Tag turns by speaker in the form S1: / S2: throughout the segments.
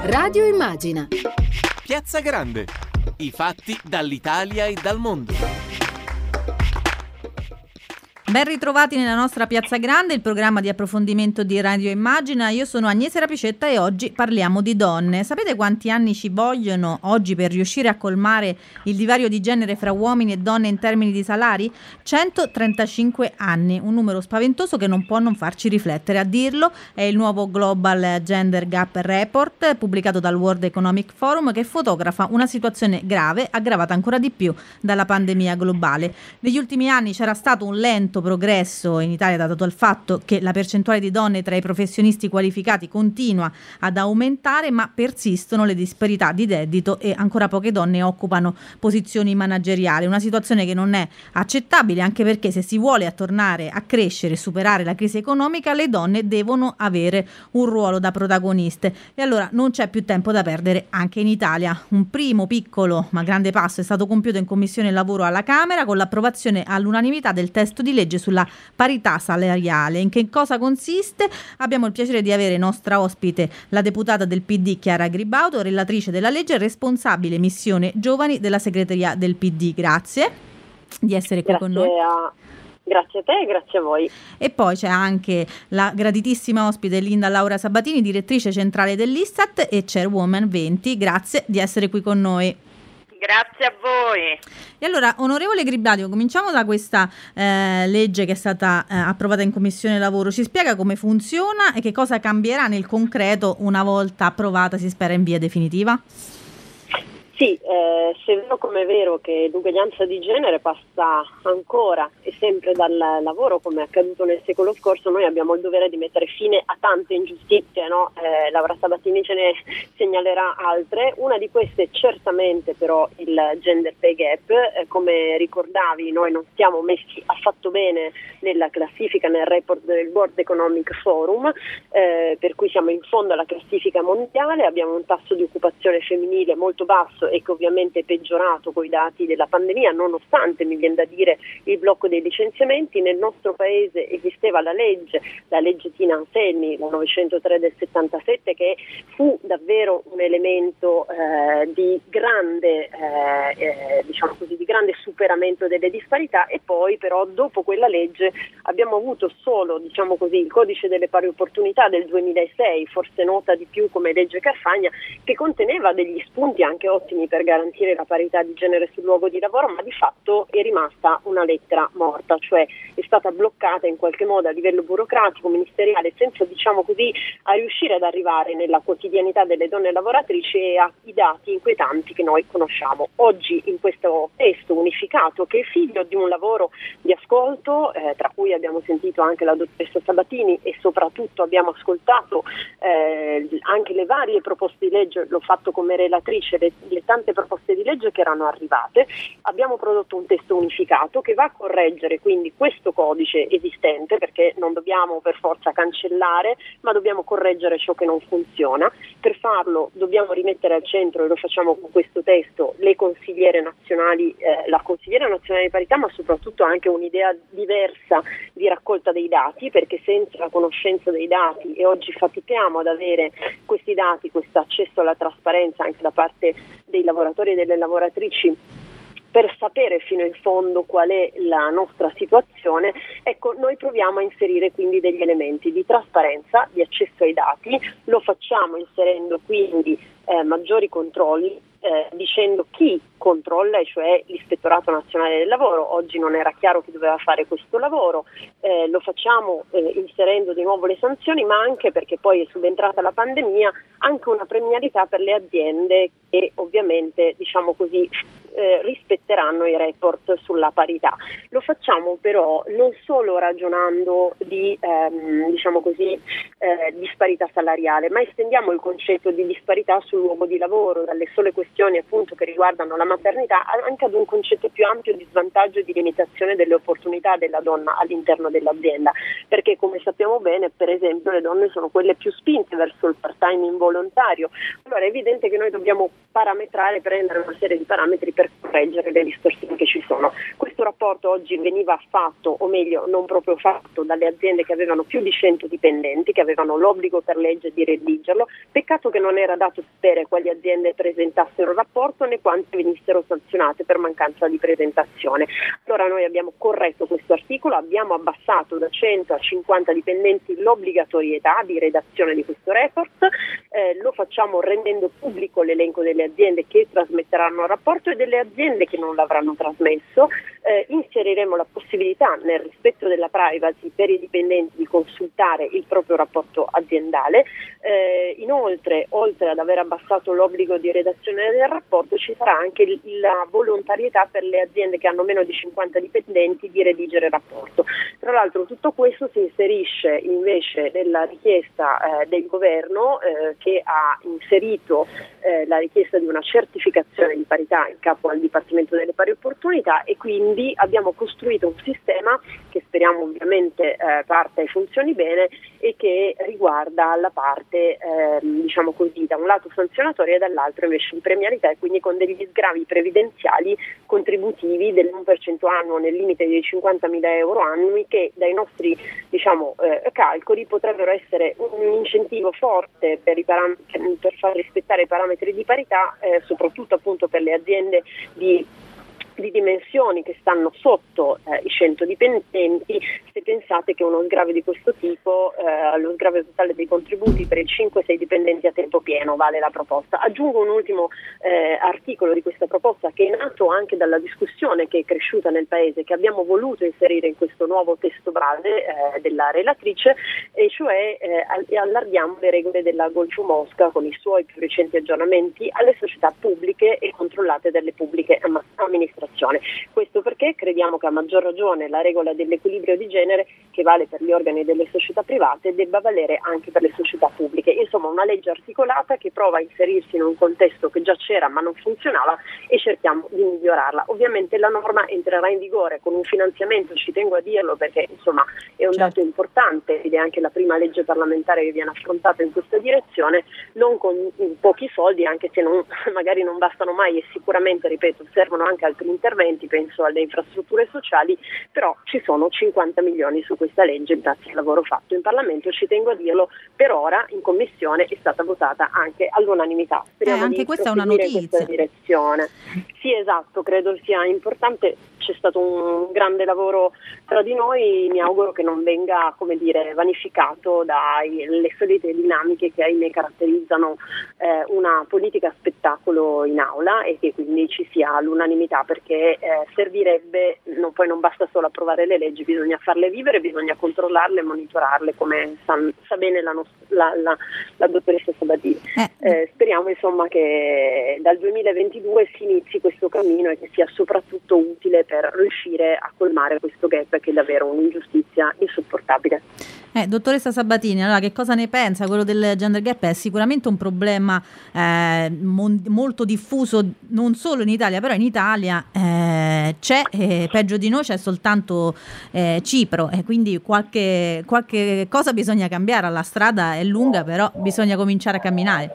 S1: Radio Immagina.
S2: Piazza Grande. I fatti dall'Italia e dal mondo.
S3: Ben ritrovati nella nostra Piazza Grande, il programma di approfondimento di Radio Immagina. Io sono Agnese Rapicetta e oggi parliamo di donne. Sapete quanti anni ci vogliono oggi per riuscire a colmare il divario di genere fra uomini e donne in termini di salari? 135 anni, un numero spaventoso che non può non farci riflettere. A dirlo è il nuovo Global Gender Gap Report pubblicato dal World Economic Forum, che fotografa una situazione grave, aggravata ancora di più dalla pandemia globale. Negli ultimi anni c'era stato un lento progresso in Italia dato dal fatto che la percentuale di donne tra i professionisti qualificati continua ad aumentare, ma persistono le disparità di reddito e ancora poche donne occupano posizioni manageriali, una situazione che non è accettabile, anche perché se si vuole tornare a crescere e superare la crisi economica, le donne devono avere un ruolo da protagoniste e allora non c'è più tempo da perdere anche in Italia. Un primo piccolo ma grande passo è stato compiuto in Commissione Lavoro alla Camera con l'approvazione all'unanimità del testo di legge sulla parità salariale. In che cosa consiste? Abbiamo il piacere di avere nostra ospite la deputata del PD Chiara Gribaudo, relatrice della legge e responsabile missione giovani della segreteria del PD. Grazie di essere qui con noi.
S4: Grazie a te e grazie a voi.
S3: E poi c'è anche la graditissima ospite Linda Laura Sabatini, direttrice centrale dell'Istat e chairwoman 20. Grazie di essere qui con noi.
S4: Grazie a voi.
S3: E allora, onorevole Gribaudo, cominciamo da questa legge che è stata approvata in Commissione Lavoro. Ci spiega come funziona e che cosa cambierà nel concreto una volta approvata, si spera in via definitiva?
S4: Sì, se è vero come è vero che l'uguaglianza di genere passa ancora e sempre dal lavoro, come è accaduto nel secolo scorso, noi abbiamo il dovere di mettere fine a tante ingiustizie, no? Laura Sabatini ce ne segnalerà altre. Una di queste certamente però il gender pay gap. Come ricordavi, noi non siamo messi affatto bene nella classifica, nel report del World Economic Forum, per cui siamo in fondo alla classifica mondiale, abbiamo un tasso di occupazione femminile molto basso e che ovviamente è peggiorato con i dati della pandemia, nonostante, mi viene da dire, il blocco dei licenziamenti. Nel nostro paese esisteva la legge Tina Anselmi, la 903 del 77, che fu davvero un elemento di grande diciamo così, di grande superamento delle disparità, e poi però dopo quella legge abbiamo avuto solo, diciamo così, il codice delle pari opportunità del 2006, forse nota di più come legge Carfagna, che conteneva degli spunti anche ottimi per garantire la parità di genere sul luogo di lavoro, ma di fatto è rimasta una lettera morta, cioè è stata bloccata in qualche modo a livello burocratico, ministeriale, senza, diciamo così, a riuscire ad arrivare nella quotidianità delle donne lavoratrici e ai dati inquietanti che noi conosciamo. Oggi in questo testo unificato, che è figlio di un lavoro di ascolto, tra cui abbiamo sentito anche la dottoressa Sabatini e soprattutto abbiamo ascoltato anche le varie proposte di legge, l'ho fatto come relatrice, le tante proposte di legge che erano arrivate, abbiamo prodotto un testo unificato che va a correggere quindi questo codice esistente, perché non dobbiamo per forza cancellare, ma dobbiamo correggere ciò che non funziona. Per farlo dobbiamo rimettere al centro, e lo facciamo con questo testo, le consigliere nazionali, la consigliera nazionale di parità, ma soprattutto anche un'idea diversa di raccolta dei dati, perché senza la conoscenza dei dati, e oggi fatichiamo ad avere questi dati, questo accesso alla trasparenza anche da parte dei lavoratori e delle lavoratrici, per sapere fino in fondo qual è la nostra situazione, ecco, noi proviamo a inserire quindi degli elementi di trasparenza, di accesso ai dati. Lo facciamo inserendo quindi maggiori controlli, dicendo chi controlla, cioè l'Ispettorato Nazionale del Lavoro. Oggi non era chiaro chi doveva fare questo lavoro, lo facciamo inserendo di nuovo le sanzioni, ma anche perché poi è subentrata la pandemia, anche una premialità per le aziende che ovviamente, diciamo così, rispetteranno i report sulla parità. Lo facciamo però non solo ragionando di diciamo così, disparità salariale, ma estendiamo il concetto di disparità sul luogo di lavoro, dalle sole questioni appunto che riguardano la maternità anche ad un concetto più ampio di svantaggio e di limitazione delle opportunità della donna all'interno dell'azienda, perché come sappiamo bene, per esempio, le donne sono quelle più spinte verso il part-time involontario. Allora è evidente che noi dobbiamo parametrare, prendere una serie di parametri per per correggere le distorsioni che ci sono. Questo rapporto oggi veniva fatto, o meglio non proprio fatto, dalle aziende che avevano più di 100 dipendenti, che avevano l'obbligo per legge di redigerlo. Peccato che non era dato sapere quali aziende presentassero il rapporto né quante venissero sanzionate per mancanza di presentazione. Allora noi abbiamo corretto questo articolo, abbiamo abbassato da 100 a 50 dipendenti l'obbligatorietà di redazione di questo report, lo facciamo rendendo pubblico l'elenco delle aziende che trasmetteranno il rapporto e delle aziende che non l'avranno trasmesso. Inseriremo la possibilità, nel rispetto della privacy, per i dipendenti di consultare il proprio rapporto aziendale. Inoltre, oltre ad aver abbassato l'obbligo di redazione del rapporto, ci sarà anche la volontarietà per le aziende che hanno meno di 50 dipendenti di redigere il rapporto. Tra l'altro tutto questo si inserisce invece nella richiesta del governo che ha inserito la richiesta di una certificazione di parità in capo al Dipartimento delle Pari Opportunità, e quindi abbiamo costruito un sistema che speriamo ovviamente parta e funzioni bene e che riguarda la parte diciamo così, da un lato sanzionatoria e dall'altro invece di premialità, e quindi con degli sgravi previdenziali contributivi dell'1% annuo nel limite di 50.000 euro annui, che dai nostri calcoli potrebbero essere un incentivo forte per far rispettare i parametri di parità, soprattutto appunto per le aziende di dimensioni che stanno sotto i 100 dipendenti. Se pensate che uno sgravio di questo tipo, lo sgravio totale dei contributi per i 5-6 dipendenti a tempo pieno vale la proposta. Aggiungo un ultimo articolo di questa proposta, che è nato anche dalla discussione che è cresciuta nel Paese, che abbiamo voluto inserire in questo nuovo testo base della relatrice, e cioè allarghiamo le regole della Golfo Mosca con i suoi più recenti aggiornamenti alle società pubbliche e controllate dalle pubbliche amministrazioni. Questo perché crediamo che a maggior ragione la regola dell'equilibrio di genere, che vale per gli organi delle società private, debba valere anche per le società pubbliche. Insomma, una legge articolata che prova a inserirsi in un contesto che già c'era ma non funzionava, e cerchiamo di migliorarla. Ovviamente la norma entrerà in vigore con un finanziamento, ci tengo a dirlo perché insomma è un dato importante ed è anche la prima legge parlamentare che viene affrontata in questa direzione, non con pochi soldi, anche se magari non bastano mai, e sicuramente, ripeto, servono anche altri interventi, penso alle infrastrutture sociali, però ci sono 50 milioni su questa legge grazie al lavoro fatto in Parlamento, ci tengo a dirlo. Per ora in Commissione è stata votata anche all'unanimità. Speriamo
S3: anche
S4: di
S3: questa è una
S4: proseguire in
S3: notizia.
S4: questa direzione. Sì, esatto, credo sia importante. C'è stato un grande lavoro tra di noi, mi auguro che non venga, come dire, vanificato dalle solite dinamiche che ahimè caratterizzano una politica spettacolo in aula, e che quindi ci sia l'unanimità, perché servirebbe, poi non basta solo approvare le leggi, bisogna farle vivere, bisogna controllarle e monitorarle, come sa bene la dottoressa Sabatini. Speriamo insomma che dal 2022 si inizi questo cammino e che sia soprattutto utile per riuscire a colmare questo gap, che è davvero un'ingiustizia insopportabile.
S3: Dottoressa Sabatini, allora che cosa ne pensa? Quello del gender gap è sicuramente un problema molto diffuso, non solo in Italia, però in Italia c'è, peggio di noi c'è soltanto Cipro, e quindi qualche cosa bisogna cambiare. La strada è lunga, però bisogna cominciare a camminare.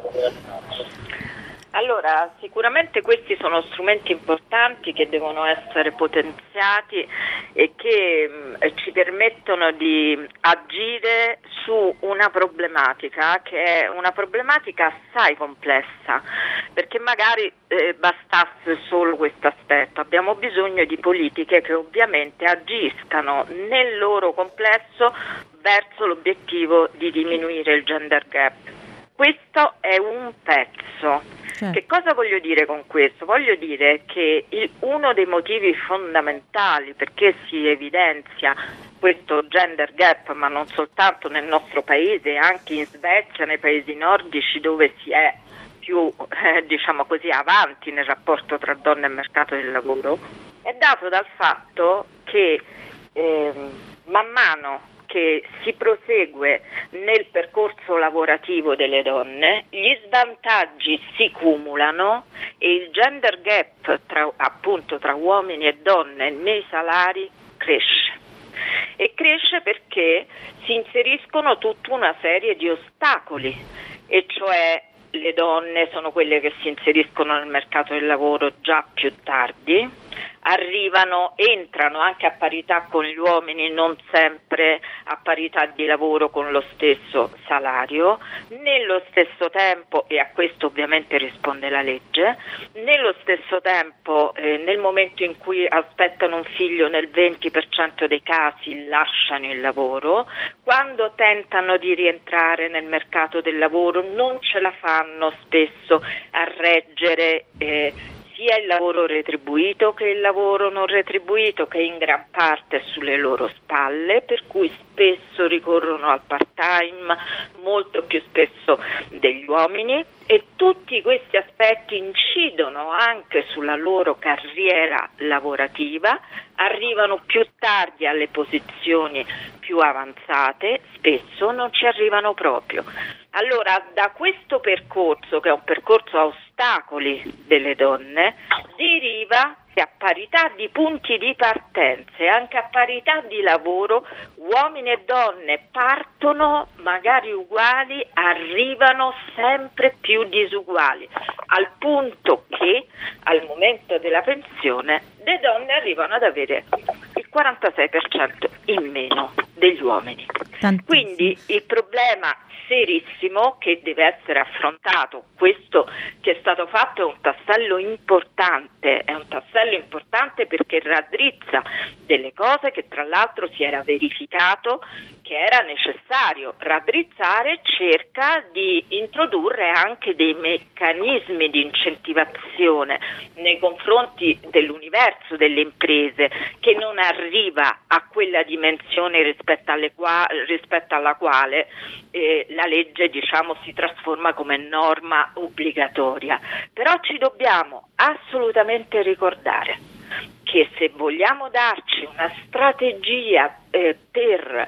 S1: Allora, sicuramente questi sono strumenti importanti che devono essere potenziati e che ci permettono di agire su una problematica che è una problematica assai complessa, perché magari bastasse solo questo aspetto. Abbiamo bisogno di politiche che ovviamente agiscano nel loro complesso verso l'obiettivo di diminuire il gender gap. Questo è un pezzo. Che cosa voglio dire con questo? Voglio dire che uno dei motivi fondamentali perché si evidenzia questo gender gap, ma non soltanto nel nostro paese, anche in Svezia, nei paesi nordici, dove si è più diciamo così avanti nel rapporto tra donne e mercato del lavoro, è dato dal fatto che man mano che si prosegue nel percorso lavorativo delle donne, gli svantaggi si cumulano e il gender gap tra uomini e donne nei salari cresce. E cresce perché si inseriscono tutta una serie di ostacoli, e cioè le donne sono quelle che si inseriscono nel mercato del lavoro già più tardi, entrano anche a parità con gli uomini, non sempre a parità di lavoro con lo stesso salario, nello stesso tempo, e a questo ovviamente risponde la legge, nello stesso tempo nel momento in cui aspettano un figlio nel 20% dei casi lasciano il lavoro, quando tentano di rientrare nel mercato del lavoro non ce la fanno spesso a reggere sia il lavoro retribuito che il lavoro non retribuito, che in gran parte è sulle loro spalle, per cui spesso ricorrono al part-time, molto più spesso degli uomini, e tutti questi aspetti incidono anche sulla loro carriera lavorativa, arrivano più tardi alle posizioni più avanzate, spesso non ci arrivano proprio. Allora, da questo percorso, che è un percorso a ostacoli delle donne, deriva che a parità di punti di partenza e anche a parità di lavoro, uomini e donne partono magari uguali, arrivano sempre più disuguali, al punto che al momento della pensione le donne arrivano ad avere il 46% in meno degli uomini. Quindi il problema serissimo che deve essere affrontato, questo che è stato fatto è un tassello importante perché raddrizza delle cose che tra l'altro si era verificato che era necessario raddrizzare, cerca di introdurre anche dei meccanismi di incentivazione nei confronti dell'universo delle imprese che non arriva a quella dimensione rispetto alla quale la legge si trasforma come norma obbligatoria. Però ci dobbiamo assolutamente ricordare che se vogliamo darci una strategia per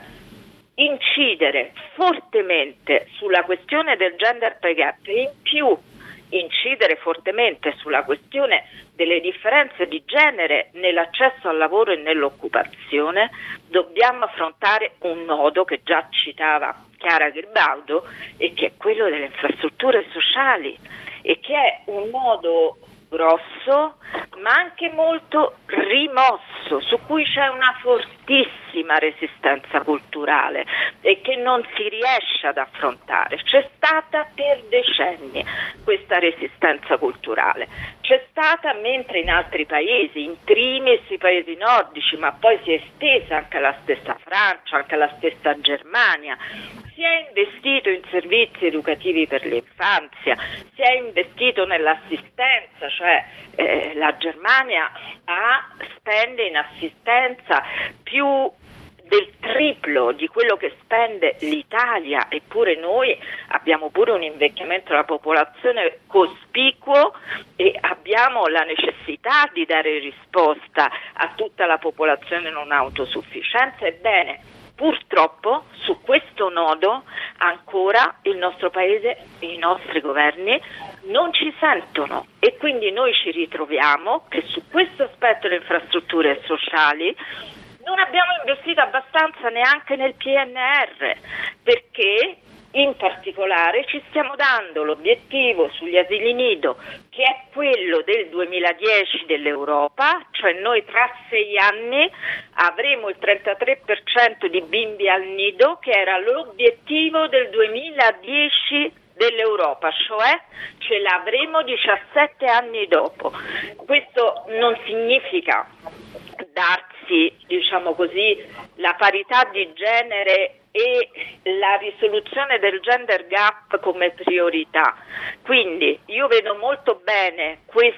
S1: incidere fortemente sulla questione del gender pay gap e in più incidere fortemente sulla questione delle differenze di genere nell'accesso al lavoro e nell'occupazione, dobbiamo affrontare un nodo che già citava Chiara Gribaudo e che è quello delle infrastrutture sociali, e che è un nodo grosso ma anche molto rimosso, su cui c'è una fortissima resistenza culturale e che non si riesce ad affrontare. C'è stata per decenni questa resistenza culturale, c'è stata mentre in altri paesi, in primis i paesi nordici, ma poi si è estesa anche alla stessa Francia, anche alla stessa Germania. Si è investito in servizi educativi per l'infanzia, si è investito nell'assistenza, cioè la Germania spende in assistenza più del triplo di quello che spende l'Italia, eppure noi abbiamo pure un invecchiamento della popolazione cospicuo e abbiamo la necessità di dare risposta a tutta la popolazione non autosufficiente. Ebbene, purtroppo su questo nodo ancora il nostro paese, i nostri governi non ci sentono, e quindi noi ci ritroviamo che su questo aspetto delle infrastrutture sociali non abbiamo investito abbastanza neanche nel PNR, perché in particolare ci stiamo dando l'obiettivo sugli asili nido, che è quello del 2010 dell'Europa, cioè noi tra 6 anni avremo il 33% di bimbi al nido, che era l'obiettivo del 2010 dell'Europa, cioè ce l'avremo 17 anni dopo. Questo non significa darsi, la parità di genere e la risoluzione del gender gap come priorità. Quindi io vedo molto bene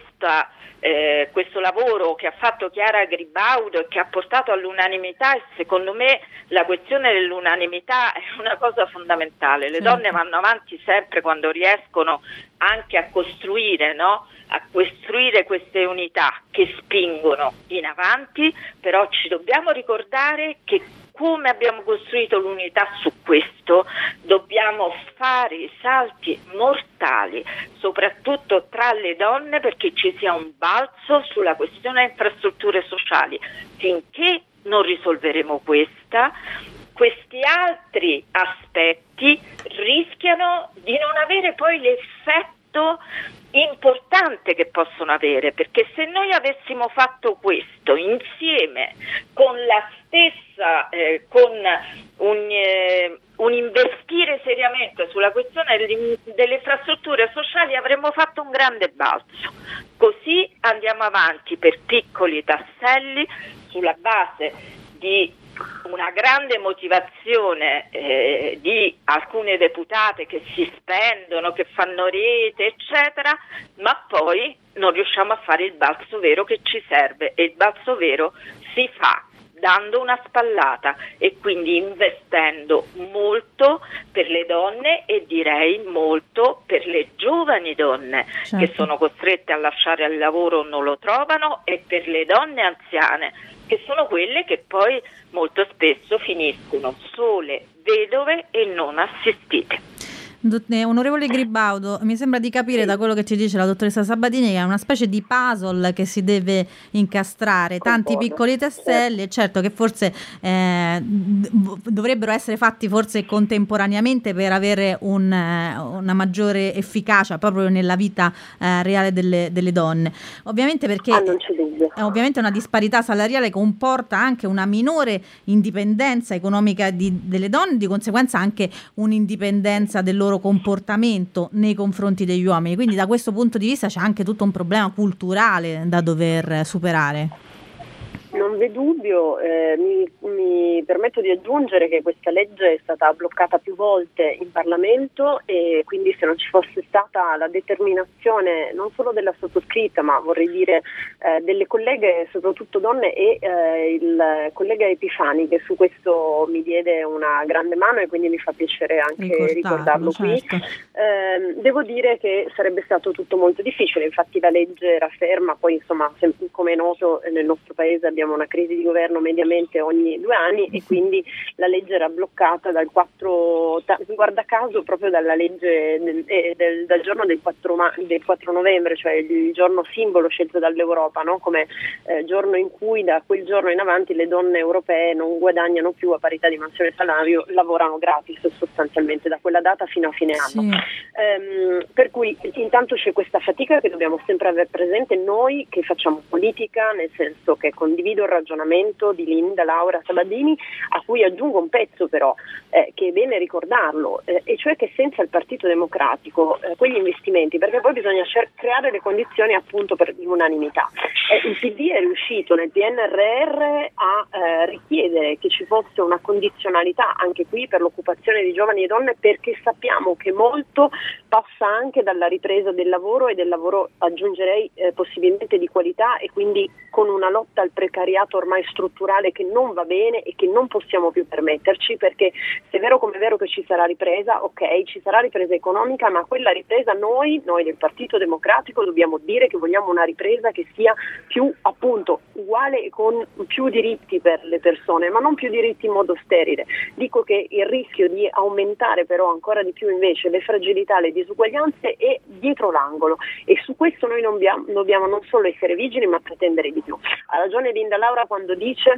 S1: questo lavoro che ha fatto Chiara Gribaudo e che ha portato all'unimità, e secondo me la questione dell'unanimità è una cosa fondamentale. Le donne vanno avanti sempre quando riescono anche a costruire, a costruire queste unità che spingono in avanti, però ci dobbiamo ricordare che come abbiamo costruito l'unità su questo, dobbiamo fare i salti mortali, soprattutto tra le donne, perché ci sia un balzo sulla questione infrastrutture sociali. Finché non risolveremo questa, questi altri aspetti rischiano di non avere poi l'effetto importante che possono avere, perché se noi avessimo fatto questo insieme con la stessa con un investire seriamente sulla questione delle infrastrutture sociali, avremmo fatto un grande balzo. Così andiamo avanti per piccoli tasselli sulla base di una grande motivazione di alcune deputate che si spendono, che fanno rete, eccetera, ma poi non riusciamo a fare il balzo vero che ci serve, e il balzo vero si fa dando una spallata e quindi investendo molto per le donne, e direi molto per le giovani donne, certo, che sono costrette a lasciare il lavoro o non lo trovano, e per le donne anziane, che sono quelle che poi molto spesso finiscono sole, vedove e non assistite.
S3: Onorevole Gribaudo, mi sembra di capire da quello che ci dice la dottoressa Sabatini che è una specie di puzzle che si deve incastrare, tanti piccoli tasselli, e certo che forse dovrebbero essere fatti forse contemporaneamente per avere una maggiore efficacia proprio nella vita reale delle donne. Ovviamente perché
S4: non c'è dubbio.
S3: Ovviamente una disparità salariale comporta anche una minore indipendenza economica delle donne, di conseguenza anche un'indipendenza del loro comportamento nei confronti degli uomini, quindi da questo punto di vista c'è anche tutto un problema culturale da dover superare.
S4: Non v'è dubbio, mi permetto di aggiungere che questa legge è stata bloccata più volte in Parlamento, e quindi se non ci fosse stata la determinazione non solo della sottoscritta, ma vorrei dire delle colleghe, soprattutto donne, e il collega Epifani, che su questo mi diede una grande mano e quindi mi fa piacere anche ricordarlo qui, certo. Devo dire che sarebbe stato tutto molto difficile, infatti la legge era ferma, poi insomma come è noto nel nostro paese abbiamo una crisi di governo mediamente ogni 2 anni, e quindi la legge era bloccata guarda caso proprio dalla legge dal giorno del 4 novembre, cioè il giorno simbolo scelto dall'Europa, no? Come giorno in cui da quel giorno in avanti le donne europee non guadagnano più a parità di mansione e salario, lavorano gratis sostanzialmente da quella data fino a fine anno. Sì. Per cui intanto c'è questa fatica che dobbiamo sempre avere presente noi che facciamo politica, nel senso che condivido il ragionamento di Linda Laura Sabatini, a cui aggiungo un pezzo però che è bene ricordarlo, e cioè che senza il Partito Democratico quegli investimenti, perché poi bisogna creare le condizioni appunto per l'unanimità. Il PD è riuscito nel PNRR a richiedere che ci fosse una condizionalità anche qui per l'occupazione di giovani e donne, perché sappiamo che molto passa anche dalla ripresa del lavoro, e del lavoro aggiungerei possibilmente di qualità, e quindi con una lotta al precariato ormai strutturale che non va bene e che non possiamo più permetterci, perché se è vero come è vero che ci sarà ripresa, ok, ci sarà ripresa economica, ma quella ripresa noi del Partito Democratico dobbiamo dire che vogliamo una ripresa che sia più appunto uguale e con più diritti per le persone, ma non più diritti in modo sterile. Dico che il rischio di aumentare però ancora di più invece le fragilità, le disuguaglianze è dietro l'angolo, e su questo noi dobbiamo non solo essere vigili ma pretendere di più. Ha ragione Linda Laura quando dice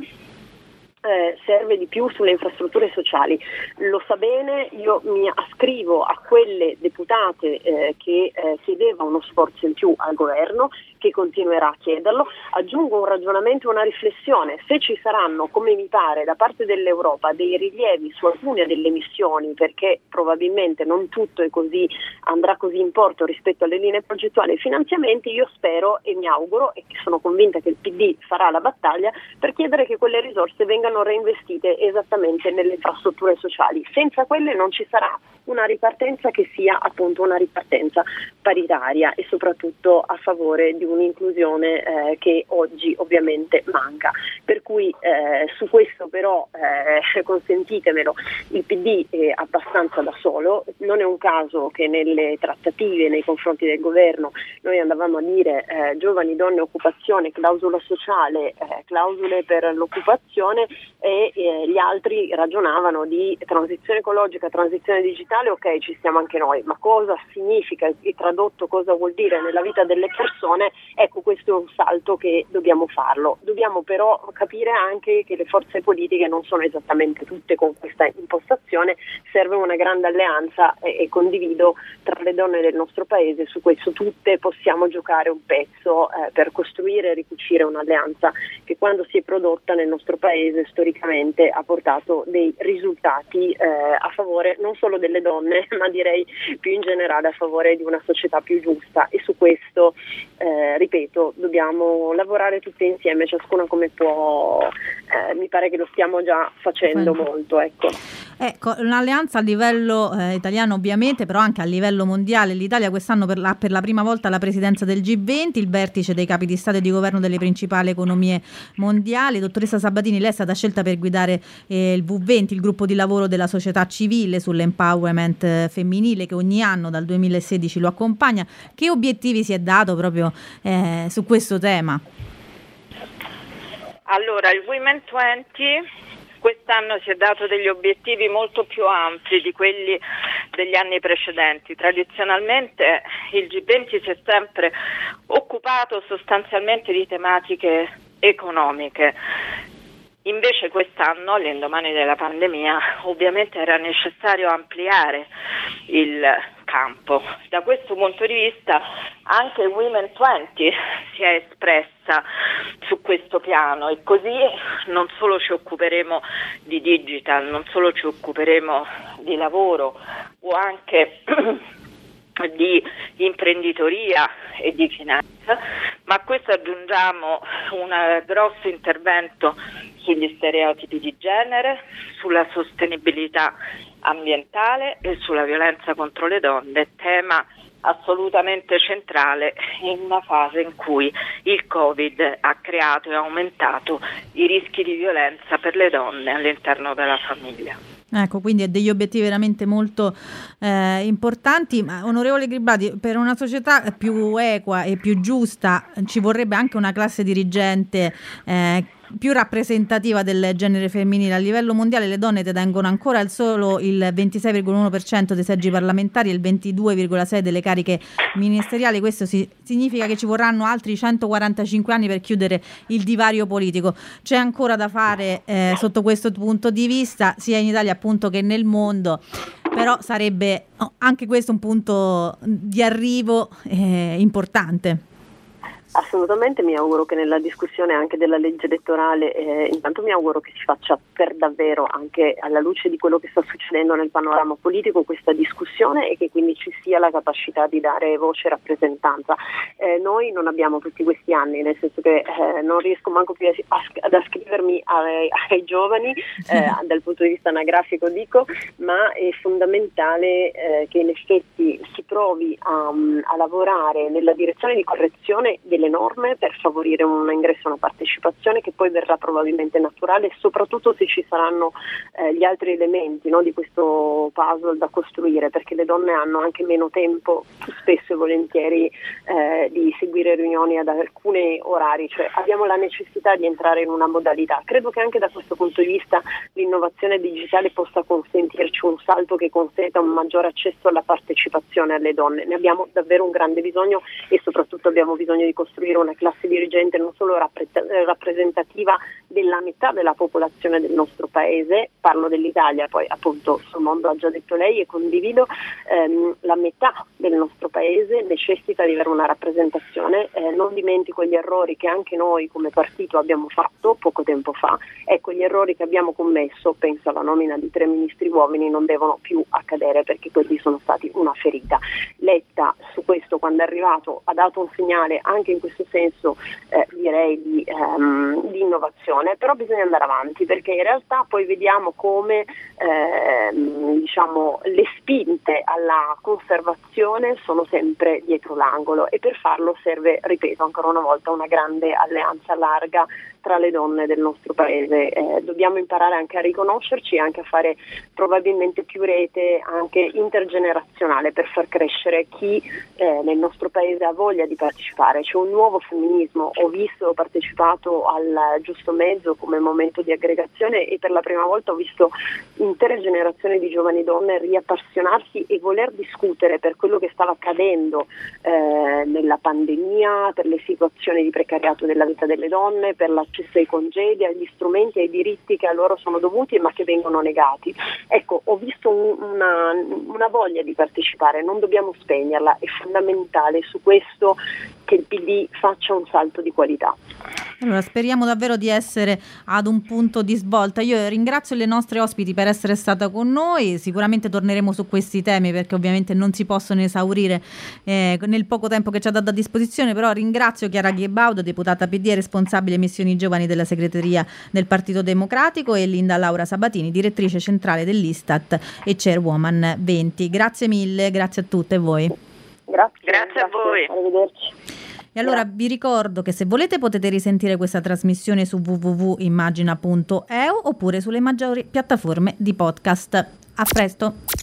S4: serve di più sulle infrastrutture sociali, lo sa bene, io mi ascrivo a quelle deputate che chiedeva uno sforzo in più al governo, che continuerà a chiederlo. Aggiungo un ragionamento, una riflessione: se ci saranno, come mi pare, da parte dell'Europa dei rilievi su alcune delle missioni, perché probabilmente non tutto è così, andrà così in porto rispetto alle linee progettuali e finanziamenti, io spero e mi auguro, e sono convinta che il PD farà la battaglia per chiedere che quelle risorse vengano reinvestite esattamente nelle infrastrutture sociali. Senza quelle non ci sarà una ripartenza che sia appunto una ripartenza paritaria e soprattutto a favore di un'inclusione che oggi ovviamente manca. Per cui su questo però consentitemelo, il PD è abbastanza da solo. Non è un caso che nelle trattative nei confronti del governo noi andavamo a dire giovani, donne, occupazione, clausola sociale, clausole per l'occupazione, e gli altri ragionavano di transizione ecologica, transizione digitale, ok, ci stiamo anche noi, ma cosa significa e tradotto cosa vuol dire nella vita delle persone? Ecco, questo è un salto che dobbiamo farlo. Dobbiamo però capire anche che le forze politiche non sono esattamente tutte con questa impostazione, serve una grande alleanza e condivido tra le donne del nostro paese, su questo tutte possiamo giocare un pezzo per costruire e ricucire un'alleanza che quando si è prodotta nel nostro paese storicamente ha portato dei risultati a favore non solo delle donne, ma direi più in generale a favore di una società più giusta, e su questo ripeto, dobbiamo lavorare tutte insieme, ciascuna come può. Mi pare che lo stiamo già facendo molto, ecco.
S3: Un'alleanza a livello italiano ovviamente, però anche a livello mondiale. L'Italia quest'anno per la prima volta la presidenza del G20, il vertice dei capi di Stato e di governo delle principali economie mondiali. Dottoressa Sabatini, lei è stata scelta per guidare il V20, il gruppo di lavoro della società civile sull'empowerment femminile che ogni anno dal 2016 lo accompagna. Che obiettivi si è dato proprio su questo tema?
S1: Allora, il Women 20 quest'anno si è dato degli obiettivi molto più ampi di quelli degli anni precedenti. Tradizionalmente il G20 si è sempre occupato sostanzialmente di tematiche economiche. Invece quest'anno, all'indomani della pandemia, ovviamente era necessario ampliare il campo. Da questo punto di vista anche il Women 20 si è espressa su questo piano, e così non solo ci occuperemo di digital, non solo ci occuperemo di lavoro o anche di imprenditoria e di finanza, ma a questo aggiungiamo un grosso intervento sugli stereotipi di genere, sulla sostenibilità ambientale e sulla violenza contro le donne, tema assolutamente centrale in una fase in cui il Covid ha creato e aumentato i rischi di violenza per le donne all'interno della famiglia.
S3: Ecco, quindi è degli obiettivi veramente molto importanti. Ma onorevole Gribati, per una società più equa e più giusta ci vorrebbe anche una classe dirigente più rappresentativa del genere femminile. A livello mondiale le donne detengono ancora solo il 26,1% dei seggi parlamentari e il 22,6% delle cariche ministeriali. Questo significa che ci vorranno altri 145 anni per chiudere il divario politico. C'è ancora da fare sotto questo punto di vista, sia in Italia appunto che nel mondo, però sarebbe anche questo un punto di arrivo importante.
S4: Assolutamente, mi auguro che nella discussione anche della legge elettorale, intanto mi auguro che si faccia per davvero, anche alla luce di quello che sta succedendo nel panorama politico, questa discussione, e che quindi ci sia la capacità di dare voce e rappresentanza. Noi non abbiamo tutti questi anni, nel senso che non riesco manco più ad ascrivermi ai giovani, dal punto di vista anagrafico dico, ma è fondamentale che in effetti si provi a lavorare nella direzione di correzione delle norme per favorire un ingresso e una partecipazione che poi verrà probabilmente naturale, soprattutto se ci saranno gli altri elementi, no, di questo puzzle da costruire, perché le donne hanno anche meno tempo spesso e volentieri di seguire riunioni ad alcuni orari, cioè abbiamo la necessità di entrare in una modalità. Credo che anche da questo punto di vista l'innovazione digitale possa consentirci un salto che consenta un maggiore accesso alla partecipazione alle donne. Ne abbiamo davvero un grande bisogno, e soprattutto abbiamo bisogno di costruire una classe dirigente non solo rappresentativa della metà della popolazione del nostro paese, parlo dell'Italia, poi appunto sul mondo ha già detto lei e condivido, la metà del nostro paese necessita di avere una rappresentazione. Non dimentico gli errori che anche noi come partito abbiamo fatto poco tempo fa. Ecco, gli errori che abbiamo commesso, penso alla nomina di 3 ministri uomini, non devono più accadere, perché quelli sono stati una ferita. Letta su questo, quando è arrivato, ha dato un segnale anche in questo senso direi di innovazione, però bisogna andare avanti, perché in realtà poi vediamo come diciamo le spinte alla conservazione sono sempre dietro l'angolo, e per farlo serve, ripeto ancora una volta, una grande alleanza larga tra le donne del nostro paese. Dobbiamo imparare anche a riconoscerci e anche a fare probabilmente più rete anche intergenerazionale per far crescere chi nel nostro paese ha voglia di partecipare. C'è un nuovo femminismo, ho partecipato al Giusto Mezzo come momento di aggregazione e per la prima volta ho visto intere generazioni di giovani donne riappassionarsi e voler discutere per quello che stava accadendo nella pandemia, per le situazioni di precariato della vita delle donne, per l'accesso ai congedi, agli strumenti e ai diritti che a loro sono dovuti ma che vengono negati. Ecco, ho visto una voglia di partecipare, non dobbiamo spegnerla, è fondamentale su questo che il PD faccia un salto di qualità.
S3: Allora, speriamo davvero di essere ad un punto di svolta. Io ringrazio le nostre ospiti per essere stata con noi, sicuramente torneremo su questi temi perché ovviamente non si possono esaurire nel poco tempo che ci ha dato a disposizione, però ringrazio Chiara Ghibaudo, deputata PD e responsabile missioni giovani della segreteria del Partito Democratico, e Linda Laura Sabatini, direttrice centrale dell'Istat e Chairwoman 20. Grazie mille, grazie a tutte e voi.
S4: Grazie
S1: a voi.
S4: Arrivederci.
S3: E allora vi ricordo che se volete potete risentire questa trasmissione su www.immagina.eu oppure sulle maggiori piattaforme di podcast. A presto!